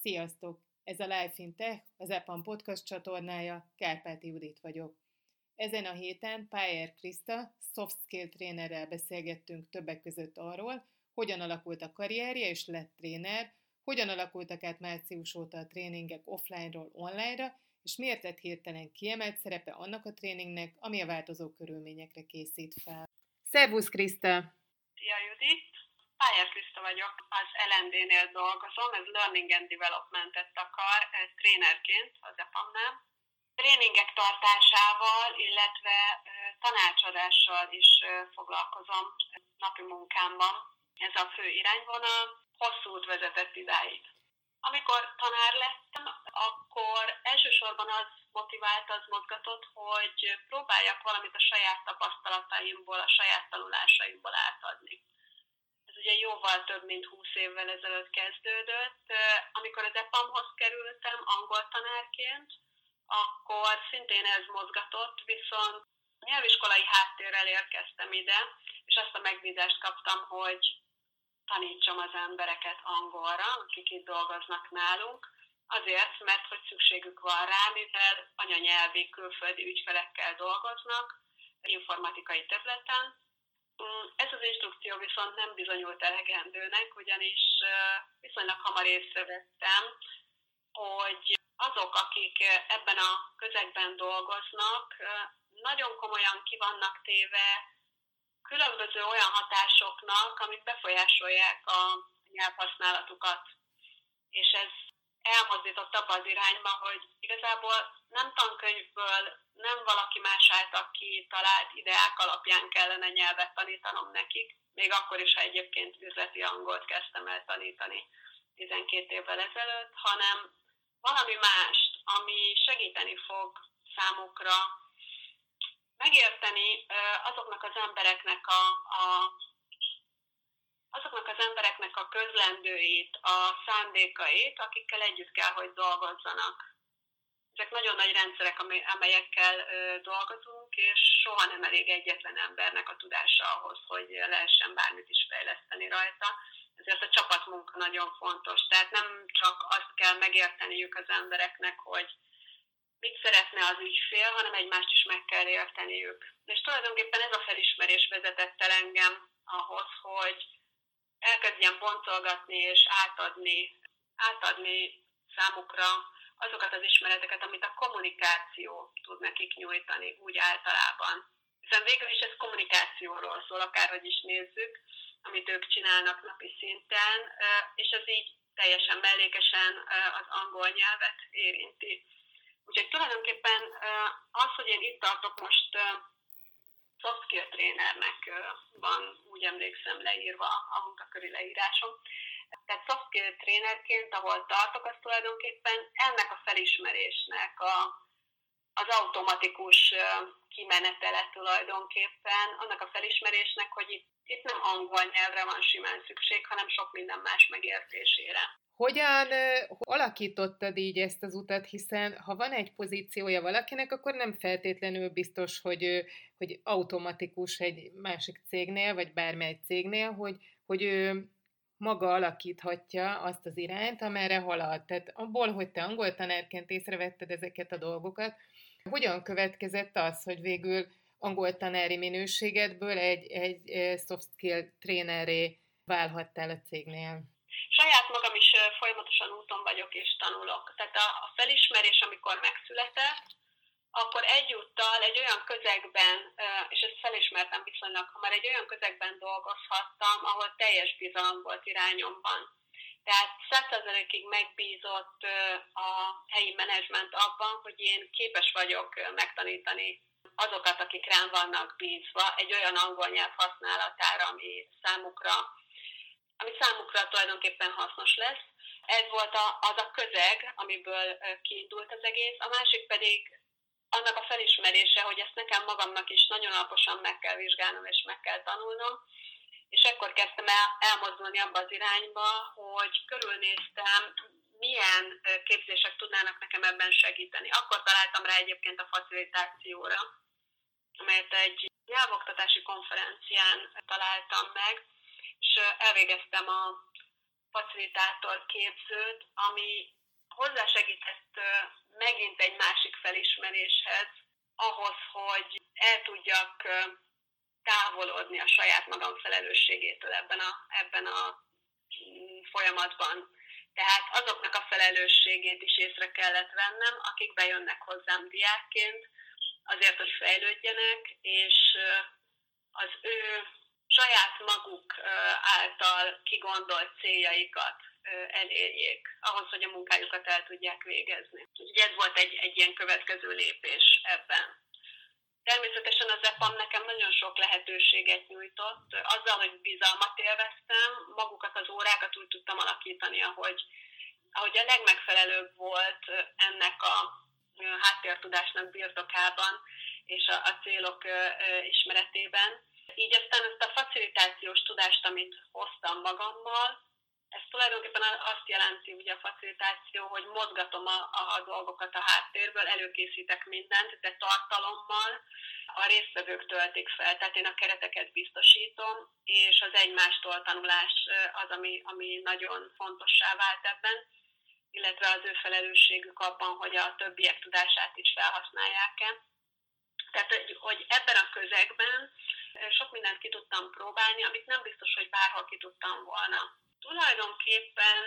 Sziasztok! Ez a Life in Tech, az EPAM podcast csatornája, Kárpáti Judit vagyok. Ezen a héten Pajer Kriszta, soft skill trénerrel beszélgettünk többek között arról, hogyan alakult a karrierje és lett tréner, hogyan alakultak át március óta a tréningek offline-ról online-ra, és miért lett hirtelen kiemelt szerepe annak a tréningnek, ami a változó körülményekre készít fel. Szervusz Kriszta! Szia Judit! Pajer Kriszta vagyok, az LND-nél dolgozom, ez Learning and Development-et akar, trénerként az EPAM-nál. Tréningek tartásával, illetve tanácsadással is foglalkozom napi munkámban. Ez a fő irányvonal, hosszú út vezetett idáig. Amikor tanár lettem, akkor elsősorban az motivált, az mozgatott, hogy próbáljak valamit a saját tapasztalataimból, a saját tanulásaimból átadni. Ez ugye jóval több mint 20 évvel ezelőtt kezdődött. Amikor az EPAM-hoz kerültem angol tanárként, akkor szintén ez mozgatott, viszont nyelviskolai háttérrel érkeztem ide, és azt a megbízást kaptam, hogy tanítsam az embereket angolra, akik itt dolgoznak nálunk, azért, mert hogy szükségük van rá, mivel anyanyelvi külföldi ügyfelekkel dolgoznak, informatikai területen. Ez az instrukció viszont nem bizonyult elegendőnek, ugyanis viszonylag hamar észrevettem, hogy azok, akik ebben a közegben dolgoznak, nagyon komolyan ki vannak téve különböző olyan hatásoknak, amik befolyásolják a nyelvhasználatukat. És ez elmozdított abba az irányba, hogy igazából nem tankönyvből, nem valaki más által kitalált ideák alapján kellene nyelvet tanítanom nekik, még akkor is, ha egyébként üzleti angolt kezdtem el tanítani 12 évvel ezelőtt, hanem valami mást, ami segíteni fog számukra megérteni azoknak az embereknek a közlendőit, a szándékait, akikkel együtt kell, hogy dolgozzanak. Ezek nagyon nagy rendszerek, amelyekkel dolgozunk, és soha nem elég egyetlen embernek a tudása ahhoz, hogy lehessen bármit is fejleszteni rajta. Ezért a csapatmunka nagyon fontos. Tehát nem csak azt kell megérteniük az embereknek, hogy mit szeretne az ügyfél, hanem egymást is meg kell érteniük. És tulajdonképpen ez a felismerés vezetett el engem ahhoz, hogy elkezdjem boncolgatni és átadni számukra azokat az ismereteket, amit a kommunikáció tud nekik nyújtani úgy általában. Hiszen végül is ez kommunikációról szól, akárhogy is nézzük, amit ők csinálnak napi szinten, és ez így teljesen mellékesen az angol nyelvet érinti. Úgyhogy tulajdonképpen az, hogy én itt tartok most soft skill trénernek van, úgy emlékszem, leírva a munkaköri leírásom. Tehát soft skill trénerként, ahol tartok, az tulajdonképpen ennek a felismerésnek az automatikus kimenetele tulajdonképpen, annak a felismerésnek, hogy itt nem angol nyelvre van simán szükség, hanem sok minden más megértésére. Hogyan alakítottad így ezt az utat, hiszen ha van egy pozíciója valakinek, akkor nem feltétlenül biztos, hogy automatikus egy másik cégnél, vagy bármely cégnél, hogy ő maga alakíthatja azt az irányt, amerre halad. Tehát abból, hogy te angol tanárként észrevetted ezeket a dolgokat, hogyan következett az, hogy végül angol tanári minőségedből egy soft skill trénerré válhattál a cégnél? Saját magam is folyamatosan úton vagyok és tanulok. Tehát a felismerés, amikor megszületett, akkor egyúttal egy olyan közegben, és ezt felismertem viszonylag hamar, egy olyan közegben dolgozhattam, ahol teljes bizalom volt irányomban. Tehát 100%-ig megbízott a helyi menedzsment abban, hogy én képes vagyok megtanítani azokat, akik rám vannak bízva, egy olyan angol nyelv használatára, ami számukra tulajdonképpen hasznos lesz. Ez volt az a közeg, amiből kiindult az egész. A másik pedig annak a felismerése, hogy ezt nekem magamnak is nagyon alaposan meg kell vizsgálnom és meg kell tanulnom. És ekkor kezdtem elmozdulni abba az irányba, hogy körülnéztem, milyen képzések tudnának nekem ebben segíteni. Akkor találtam rá egyébként a facilitációra, amelyet egy nyelvoktatási konferencián találtam meg, és elvégeztem a facilitátor képzőt, ami hozzásegített megint egy másik felismeréshez, ahhoz, hogy el tudjak távolodni a saját magam felelősségétől ebben a folyamatban. Tehát azoknak a felelősségét is észre kellett vennem, akik bejönnek hozzám diákként, azért, hogy fejlődjenek, és az ő saját maguk által kigondolt céljaikat elérjék, ahhoz, hogy a munkájukat el tudják végezni. Úgyhogy ez volt egy ilyen következő lépés ebben. Természetesen az EPAM nekem nagyon sok lehetőséget nyújtott. Azzal, hogy bizalmat élveztem, magukat az órákat úgy tudtam alakítani, ahogy a legmegfelelőbb volt ennek a háttértudásnak birtokában és a célok ismeretében. Így aztán ezt a facilitációs tudást, amit hoztam magammal, ez tulajdonképpen azt jelenti, ugye a facilitáció, hogy mozgatom a dolgokat a háttérből, előkészítek mindent, de tartalommal a résztvevők töltik fel. Tehát én a kereteket biztosítom, és az egymástól tanulás az, ami nagyon fontossá vált ebben, illetve az ő felelősségük abban, hogy a többiek tudását is felhasználják-e. Tehát, hogy ebben a közegben sok mindent ki tudtam próbálni, amit nem biztos, hogy bárhol ki tudtam volna. Tulajdonképpen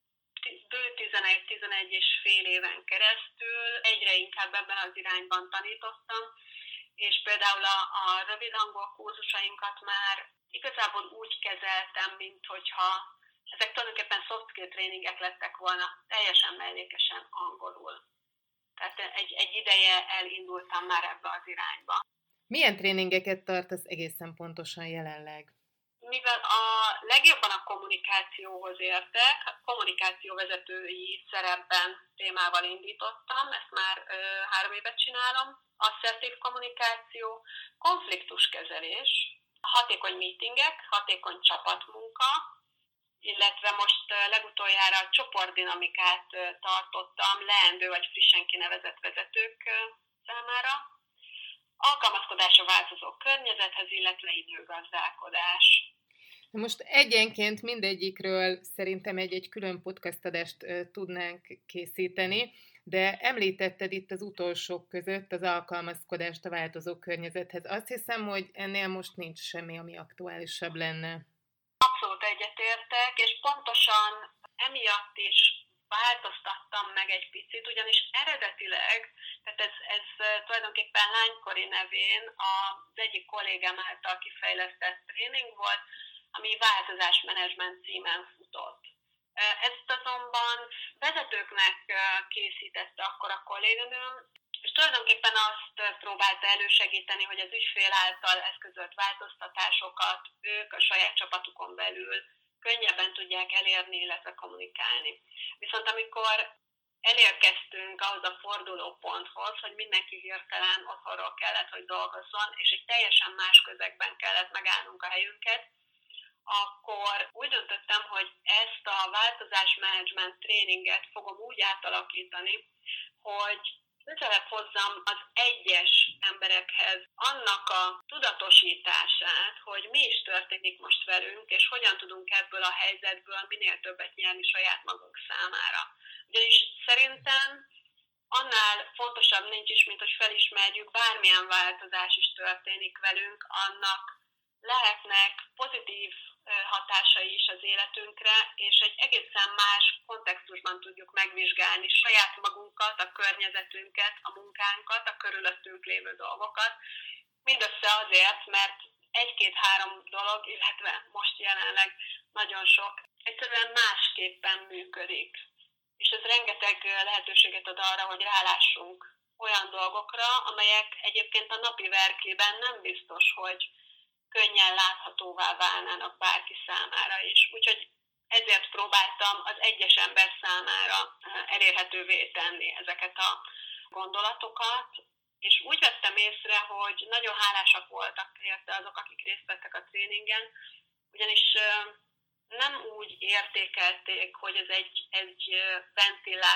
bő 11 és fél éven keresztül egyre inkább ebben az irányban tanítottam, és például a rövid angol kurzusainkat már igazából úgy kezeltem, mint hogyha ezek tulajdonképpen soft skill tréningek lettek volna, teljesen mellékesen angolul. Tehát egy ideje elindultam már ebbe az irányba. Milyen tréningeket tartasz egészen pontosan jelenleg? Mivel a legjobban a kommunikációhoz értek, kommunikációvezetői szerepben témával indítottam, ezt már 3 évet csinálom. Asszertív kommunikáció, konfliktuskezelés, hatékony meetingek, hatékony csapatmunka, illetve most legutoljára csoportdinamikát tartottam leendő vagy frissen kinevezett vezetők számára. Alkalmazkodás a változó környezethez, illetve időgazdálkodás. Most egyenként mindegyikről szerintem egy külön podcast adást tudnánk készíteni, de említetted itt az utolsók között az alkalmazkodást a változó környezethez. Azt hiszem, hogy ennél most nincs semmi, ami aktuálisabb lenne. Abszolút egyetértek, és pontosan emiatt is változtattam meg egy picit, ugyanis eredetileg, tehát ez tulajdonképpen lánykori nevén az egyik kollégám által kifejlesztett tréning volt, ami változásmenedzsment címen futott. Ezt azonban vezetőknek készítette akkor a kolléganőm, és tulajdonképpen azt próbálta elősegíteni, hogy az ügyfél által eszközölt változtatásokat ők a saját csapatukon belül könnyebben tudják elérni, illetve kommunikálni. Viszont amikor elérkeztünk ahhoz a fordulóponthoz, hogy mindenki hirtelen otthonról kellett, hogy dolgozzon, és egy teljesen más közegben kellett megállnunk a helyünket, akkor úgy döntöttem, hogy ezt a változásmenedzsment tréninget fogom úgy átalakítani, hogy közelebb hozzam az egyes emberekhez annak a tudatosítását, hogy mi is történik most velünk, és hogyan tudunk ebből a helyzetből minél többet nyerni saját magunk számára. Ugyanis szerintem annál fontosabb nincs is, mint hogy felismerjük, bármilyen változás is történik velünk, annak lehetnek pozitív hatásai is az életünkre, és egy egészen más kontextusban tudjuk megvizsgálni saját magunkat, a környezetünket, a munkánkat, a körülöttünk lévő dolgokat. Mindössze azért, mert 1-2-3 dolog, illetve most jelenleg nagyon sok, egyszerűen másképpen működik. És ez rengeteg lehetőséget ad arra, hogy rálássunk olyan dolgokra, amelyek egyébként a napi verkliben nem biztos, hogy könnyen láthatóvá válnának bárki számára is. Úgyhogy ezért próbáltam az egyes ember számára elérhetővé tenni ezeket a gondolatokat, és úgy vettem észre, hogy nagyon hálásak voltak érte azok, akik részt vettek a tréningen, ugyanis nem úgy értékelték, hogy ez egy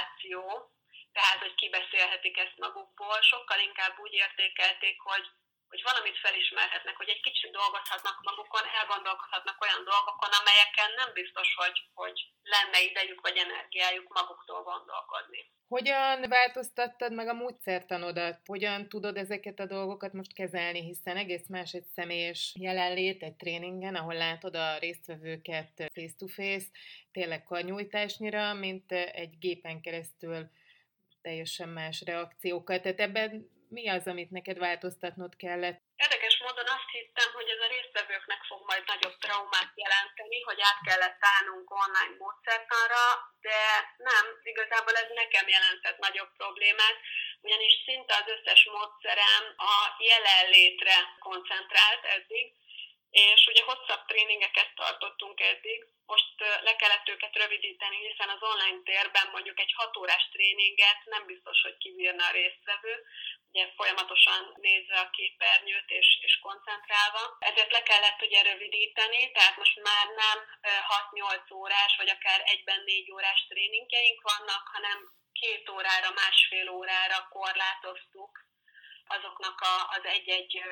ventiláció, tehát, hogy kibeszélhetik ezt magukból, sokkal inkább úgy értékelték, hogy hogy valamit felismerhetnek, hogy egy kicsit dolgozhatnak magukon, elgondolkozhatnak olyan dolgokon, amelyeken nem biztos, hogy lenne idejük vagy energiájuk maguktól gondolkodni. Hogyan változtattad meg a módszertanodat? Hogyan tudod ezeket a dolgokat most kezelni, hiszen egész más egy személyes jelenlét egy tréningen, ahol látod a résztvevőket face-to-face, tényleg karnyújtásnyira, mint egy gépen keresztül teljesen más reakciókat. Tehát ebben mi az, amit neked változtatnod kellett? Érdekes módon azt hittem, hogy ez a résztvevőknek fog majd nagyobb traumát jelenteni, hogy át kellett állnunk online módszertanra, de nem, igazából ez nekem jelentett nagyobb problémát, ugyanis szinte az összes módszerem a jelenlétre koncentrált eddig, és ugye hosszabb tréningeket tartottunk eddig, most le kellett őket rövidíteni, hiszen az online térben mondjuk egy 6 órás tréninget nem biztos, hogy kibírna a résztvevő, ugye folyamatosan nézve a képernyőt és koncentrálva. Ezért le kellett ugye rövidíteni, tehát most már nem 6-8 órás, vagy akár egyben 4 órás tréningjeink vannak, hanem 2 órára, 1,5 órára korlátoztuk azoknak az egy-egy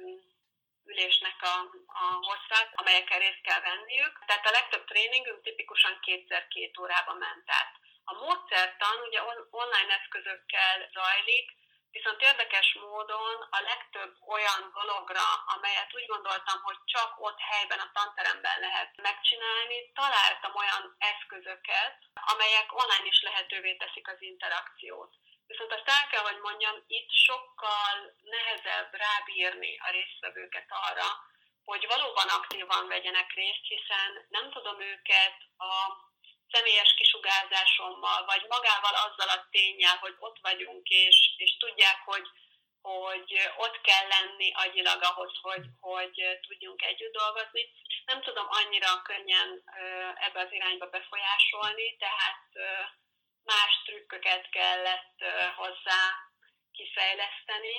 ülésnek a hosszát, amelyekkel részt kell venniük. Tehát a legtöbb tréningünk tipikusan 2x2 órába ment át. A módszertan ugye online eszközökkel zajlik, viszont érdekes módon a legtöbb olyan dologra, amelyet úgy gondoltam, hogy csak ott helyben a tanteremben lehet megcsinálni, találtam olyan eszközöket, amelyek online is lehetővé teszik az interakciót. Viszont azt el kell, hogy mondjam, itt sokkal nehezebb rábírni a résztvevőket arra, hogy valóban aktívan vegyenek részt, hiszen nem tudom őket a személyes kisugárzásommal, vagy magával azzal a ténnyel, hogy ott vagyunk, és tudják, hogy ott kell lenni agyilag ahhoz, hogy tudjunk együtt dolgozni. Nem tudom annyira könnyen ebbe az irányba befolyásolni, tehát más trükköket kellett hozzá kifejleszteni,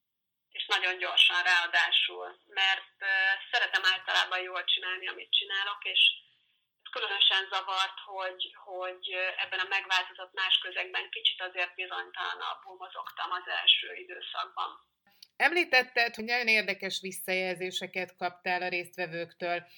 és nagyon gyorsan ráadásul, mert szeretem általában jól csinálni, amit csinálok, és különösen zavart, hogy ebben a megváltozott más közegben kicsit azért bizonytalanabbul mozogtam az első időszakban. Említetted, hogy nagyon érdekes visszajelzéseket kaptál a résztvevőktől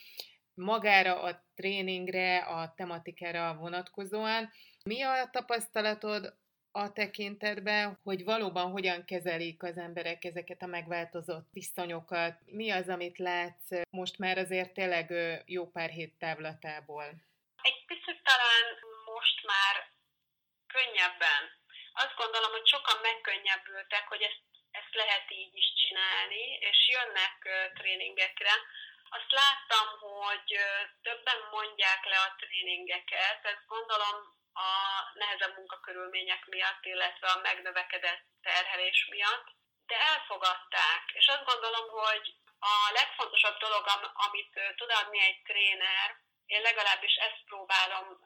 magára a tréningre, a tematikára vonatkozóan. Mi a tapasztalatod a tekintetben, hogy valóban hogyan kezelik az emberek ezeket a megváltozott viszonyokat? Mi az, amit látsz most már azért tényleg jó pár hét távlatából? Egy picit talán most már könnyebben. Azt gondolom, hogy sokan megkönnyebbültek, hogy ezt lehet így is csinálni, és jönnek tréningekre. Azt láttam, hogy többen mondják le a tréningeket, ezt gondolom a nehezebb munkakörülmények miatt, illetve a megnövekedett terhelés miatt, de elfogadták, és azt gondolom, hogy a legfontosabb dolog, amit tud adni egy tréner, én legalábbis ezt próbálom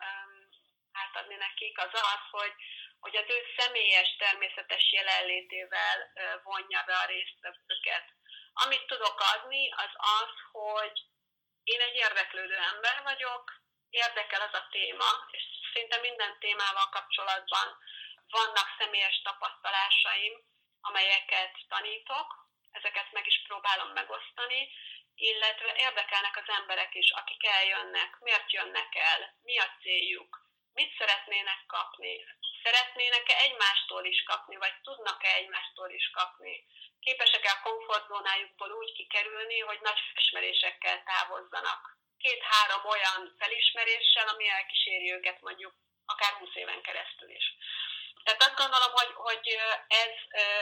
átadni nekik, az az, hogy az ő személyes, természetes jelenlétével vonja be a résztvevőket. Amit tudok adni, az az, hogy én egy érdeklődő ember vagyok, érdekel az a téma, és szinte minden témával kapcsolatban vannak személyes tapasztalásaim, amelyeket tanítok, ezeket meg is próbálom megosztani, illetve érdekelnek az emberek is, akik eljönnek, miért jönnek el, mi a céljuk, mit szeretnének kapni, szeretnének-e egymástól is kapni, vagy tudnak-e egymástól is kapni, képesek-e a komfortzónájukból úgy kikerülni, hogy nagy felismerésekkel távozzanak. 2-3 olyan felismeréssel, ami elkíséri őket mondjuk akár 20 éven keresztül is. Tehát azt gondolom, hogy ez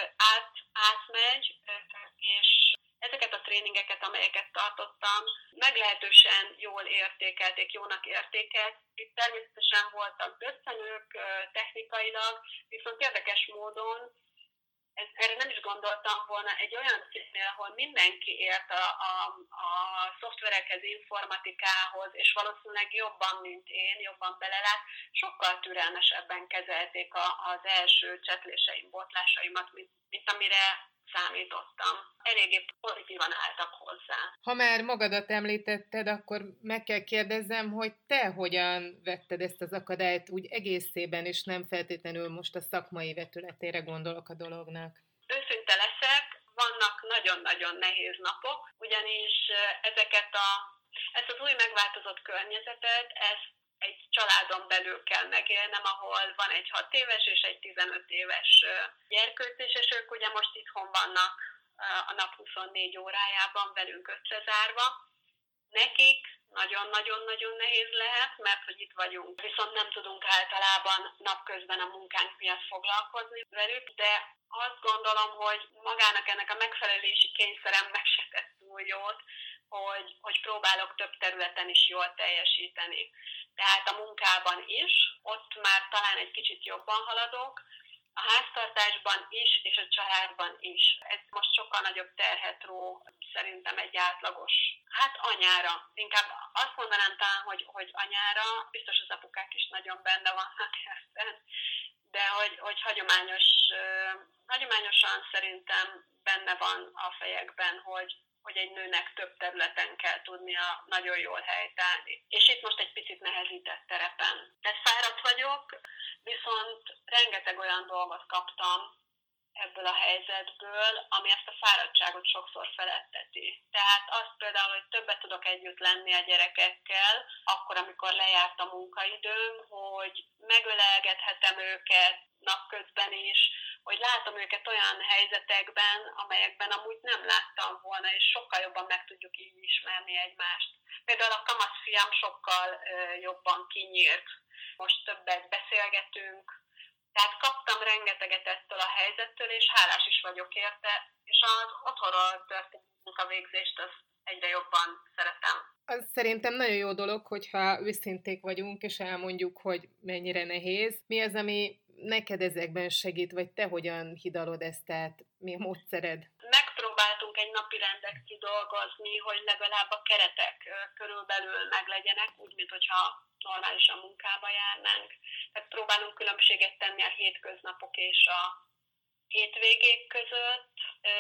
átmegy, és ezeket a tréningeket, amelyeket tartottam, meglehetősen jól értékelték, jónak értékelték. Természetesen voltak döccenők technikailag, viszont érdekes módon erre nem is gondoltam volna, egy olyan cégnél, ahol mindenki ért a szoftverekhez, informatikához, és valószínűleg jobban, mint én, jobban belelát, sokkal türelmesebben kezelték az első csetléseim, botlásaimat, mint amire számítottam. Eléggé pozitívan álltak hozzá. Ha már magadat említetted, akkor meg kell kérdezzem, hogy te hogyan vetted ezt az akadályt úgy egészében, és nem feltétlenül most a szakmai vetületére gondolok a dolognak. Őszinte leszek, vannak nagyon-nagyon nehéz napok, ugyanis ezt az új megváltozott környezetet, ezt egy családon belül kell megélnem, ahol van egy 6 éves és egy 15 éves gyerkőc, és ők ugye most itthon vannak a nap 24 órájában velünk összezárva. Nekik nagyon-nagyon-nagyon nehéz lehet, mert hogy itt vagyunk, viszont nem tudunk általában napközben a munkánk miatt foglalkozni velük, de azt gondolom, hogy magának ennek a megfelelési kényszerem meg se tett túl jót, hogy próbálok több területen is jól teljesíteni. Tehát a munkában is, ott már talán egy kicsit jobban haladok, a háztartásban is, és a családban is. Ez most sokkal nagyobb terhet ró szerintem egy átlagos, anyára. Inkább azt mondanám talán, hogy anyára, biztos az apukák is nagyon benne vannak ebben, de hogy hagyományosan szerintem benne van a fejekben, hogy egy nőnek több területen kell tudnia nagyon jól helytállni. És itt most egy picit nehezített terepen. De fáradt vagyok, viszont rengeteg olyan dolgot kaptam ebből a helyzetből, ami ezt a fáradtságot sokszor feletteti. Tehát azt például, hogy többet tudok együtt lenni a gyerekekkel, akkor, amikor lejárt a munkaidőm, hogy megölelgethetem őket napközben is, hogy látom őket olyan helyzetekben, amelyekben amúgy nem láttam volna, és sokkal jobban meg tudjuk így ismerni egymást. Például a kamasz fiam sokkal jobban kinyílt. Most többet beszélgetünk, tehát kaptam rengeteget ettől a helyzettől, és hálás is vagyok érte, és az otthonról történő munkavégzést azt egyre jobban szeretem. Az szerintem nagyon jó dolog, hogyha őszinték vagyunk, és elmondjuk, hogy mennyire nehéz. Mi az, ami neked ezekben segít, vagy te hogyan hidalod ezt, tehát mi a módszered? Megpróbáltunk egy napirendet kidolgozni, hogy legalább a keretek körülbelül meglegyenek, úgy, mint hogyha normálisan munkába járnánk. Tehát próbálunk különbséget tenni a hétköznapok és a hétvégék között,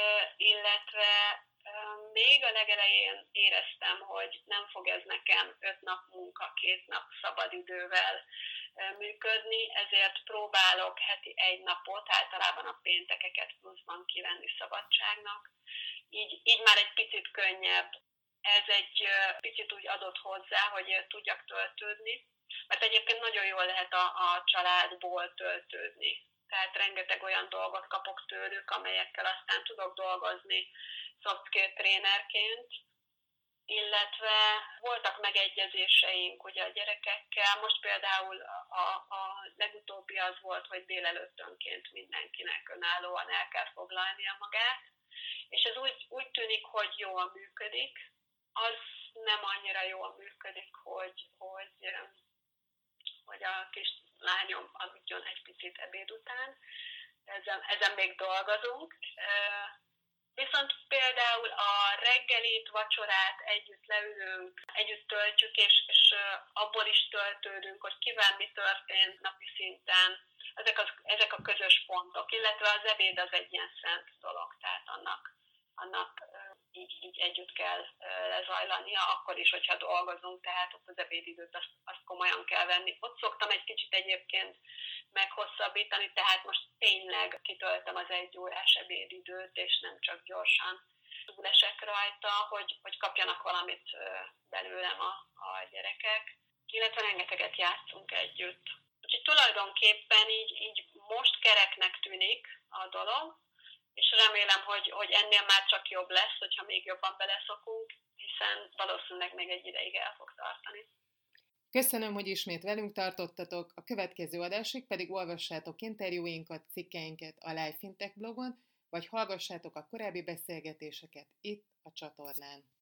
illetve még a legelején éreztem, hogy nem fog ez nekem 5 nap munka, 2 nap szabadidővel működni, ezért próbálok heti 1 napot, általában a péntekeket pluszban kivenni szabadságnak. Így már egy picit könnyebb. Ez egy picit úgy adott hozzá, hogy tudjak töltődni, mert egyébként nagyon jól lehet a családból töltődni. Tehát rengeteg olyan dolgot kapok tőlük, amelyekkel aztán tudok dolgozni soft skill trénerként, illetve voltak megegyezéseink ugye a gyerekekkel. Most például a legutóbbi az volt, hogy délelőttönként mindenkinek önállóan el kell foglalnia magát, és ez úgy tűnik, hogy jól működik. Az nem annyira jól működik, hogy a kis lányom aludjon egy picit ebéd után. Ezen még dolgozunk. Viszont például a reggelit, vacsorát együtt leülünk, együtt töltjük, és abból is töltődünk, hogy kivel mi történt napi szinten. Ezek a közös pontok, illetve az ebéd az egy ilyen szent dolog, tehát annak így együtt kell lezajlania, akkor is, hogyha dolgozunk, tehát ott az ebédidőt azt komolyan kell venni. Ott szoktam egy kicsit egyébként meghosszabbítani, tehát most tényleg kitöltöm az 1 órás ebédidőt, és nem csak gyorsan túlesek rajta, hogy kapjanak valamit belőlem a gyerekek, illetve rengeteget játszunk együtt. Úgyhogy tulajdonképpen így most kereknek tűnik a dolog, és remélem, hogy ennél már csak jobb lesz, hogyha még jobban beleszokunk, hiszen valószínűleg még egy ideig el fog tartani. Köszönöm, hogy ismét velünk tartottatok, a következő adásig pedig olvassátok interjúinkat, cikkeinket a Life Fintech blogon, vagy hallgassátok a korábbi beszélgetéseket itt a csatornán.